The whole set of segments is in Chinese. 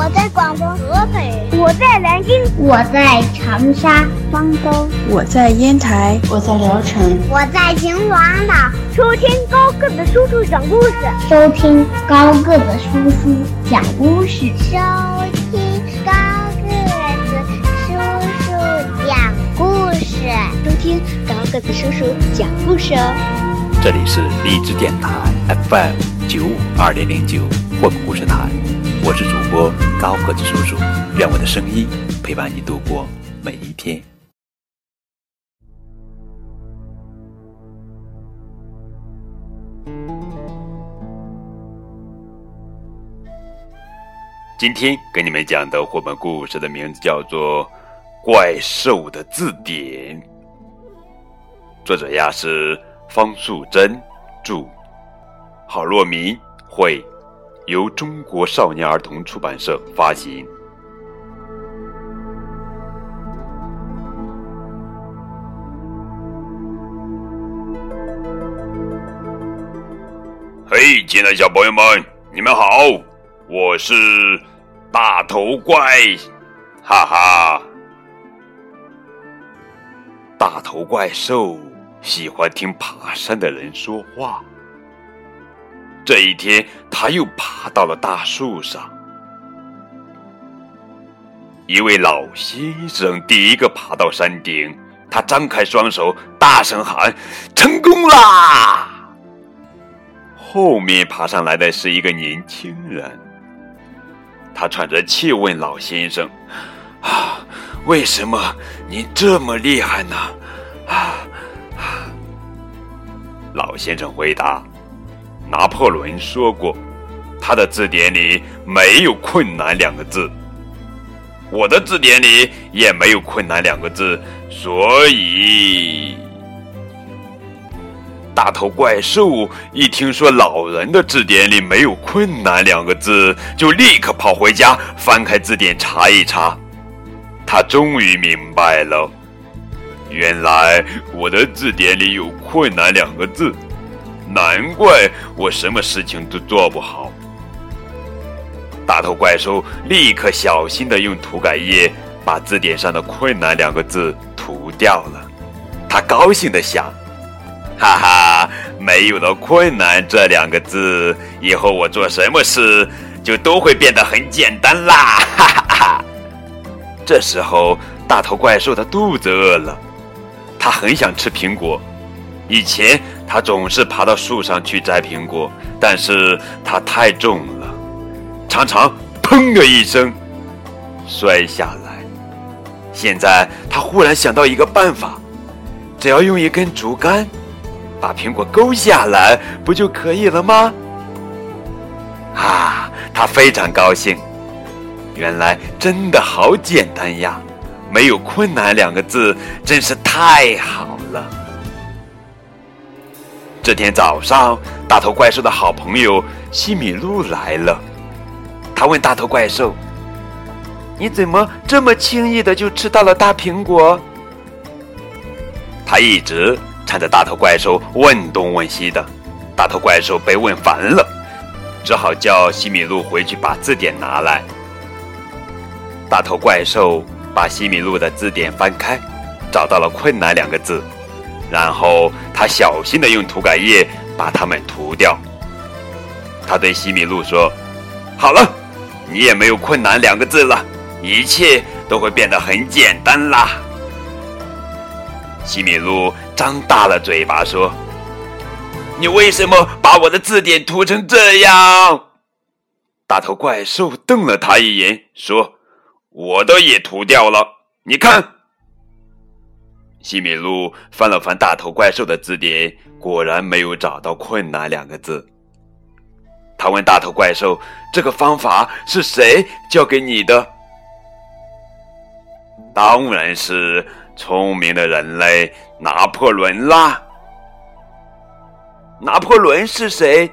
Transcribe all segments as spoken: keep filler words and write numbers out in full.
我在广东合肥，我在南京， 我在长沙、 方舟， 我在烟台， 我在聊城， 我在秦皇岛。 收听高个子叔叔讲故事， 收听高个子叔叔讲故事， 收听高个子叔叔讲故事， 收听高个子叔叔讲故事哦。 这里是荔枝电台 F M 九五二零零九绘本故事台，我是主播高个子叔叔，愿我的声音陪伴你度过每一天。今天给你们讲的绘本故事的名字叫做《怪兽的字典》，作者呀是方素珍著，郝若民绘，由中国少年儿童出版社发行。嘿，亲爱的小朋友们，你们好，我是大头怪，哈哈。大头怪兽喜欢听爬山的人说话。这一天，他又爬到了大树上。一位老先生第一个爬到山顶，他张开双手，大声喊：“成功啦！”后面爬上来的是一个年轻人，他喘着气问老先生：“啊，为什么您这么厉害呢？”啊啊！老先生回答：“拿破仑说过，他的字典里没有困难两个字，我的字典里也没有困难两个字，所以……”大头怪兽一听说老人的字典里没有困难两个字，就立刻跑回家翻开字典查一查。他终于明白了，原来我的字典里有困难两个字，难怪我什么事情都做不好。大头怪兽立刻小心地用涂改液把字典上的困难两个字涂掉了。他高兴地想，哈哈，没有了困难这两个字，以后我做什么事就都会变得很简单啦，哈哈哈。这时候大头怪兽的肚子饿了，他很想吃苹果。以前他总是爬到树上去摘苹果，但是它太重了，常常砰的一声摔下来。现在他忽然想到一个办法，只要用一根竹竿把苹果勾下来，不就可以了吗？啊，他非常高兴，原来真的好简单呀，没有困难两个字，真是太好了。这天早上，大头怪兽的好朋友西米露来了。他问大头怪兽：“你怎么这么轻易的就吃到了大苹果？”他一直缠着大头怪兽问东问西的，大头怪兽被问烦了，只好叫西米露回去把字典拿来。大头怪兽把西米露的字典翻开，找到了困难两个字，然后他小心地用涂改液把它们涂掉。他对西米露说：“好了，你也没有困难两个字了，一切都会变得很简单啦。”西米露张大了嘴巴说：“你为什么把我的字典涂成这样？”大头怪兽瞪了他一眼说：“我的也涂掉了，你看。”西米露翻了翻大头怪兽的字典，果然没有找到困难两个字。他问大头怪兽：“这个方法是谁教给你的？”当然是聪明的人类拿破仑啦。拿破仑是谁？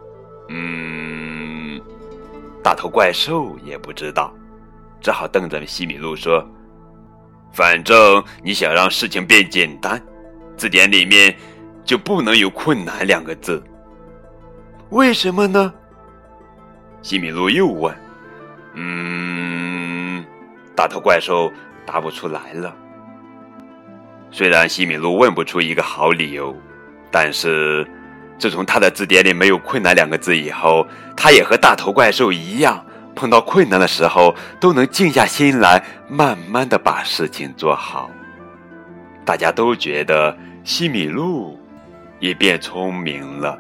嗯，大头怪兽也不知道，只好瞪着西米露说：“反正你想让事情变简单，字典里面就不能有困难两个字。”为什么呢？西米露又问。 嗯，大头怪兽答不出来了。虽然西米露问不出一个好理由，但是自从他的字典里没有困难两个字以后，他也和大头怪兽一样，碰到困难的时候都能静下心来，慢慢地把事情做好。大家都觉得西米露也变聪明了。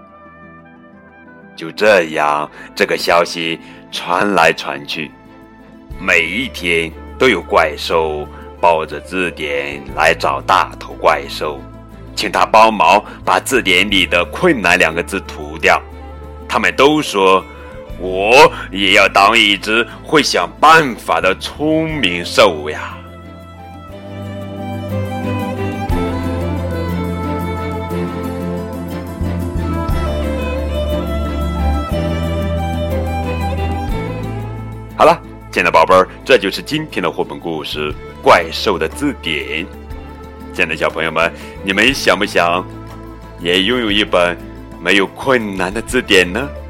就这样，这个消息传来传去，每一天都有怪兽抱着字典来找大头怪兽，请他帮忙把字典里的困难两个字涂掉。他们都说，我也要当一只会想办法的聪明兽呀。好了，亲爱的宝贝儿，这就是今天的绘本故事《怪兽的字典》。亲爱的小朋友们，你们想不想也拥有一本没有困难的字典呢？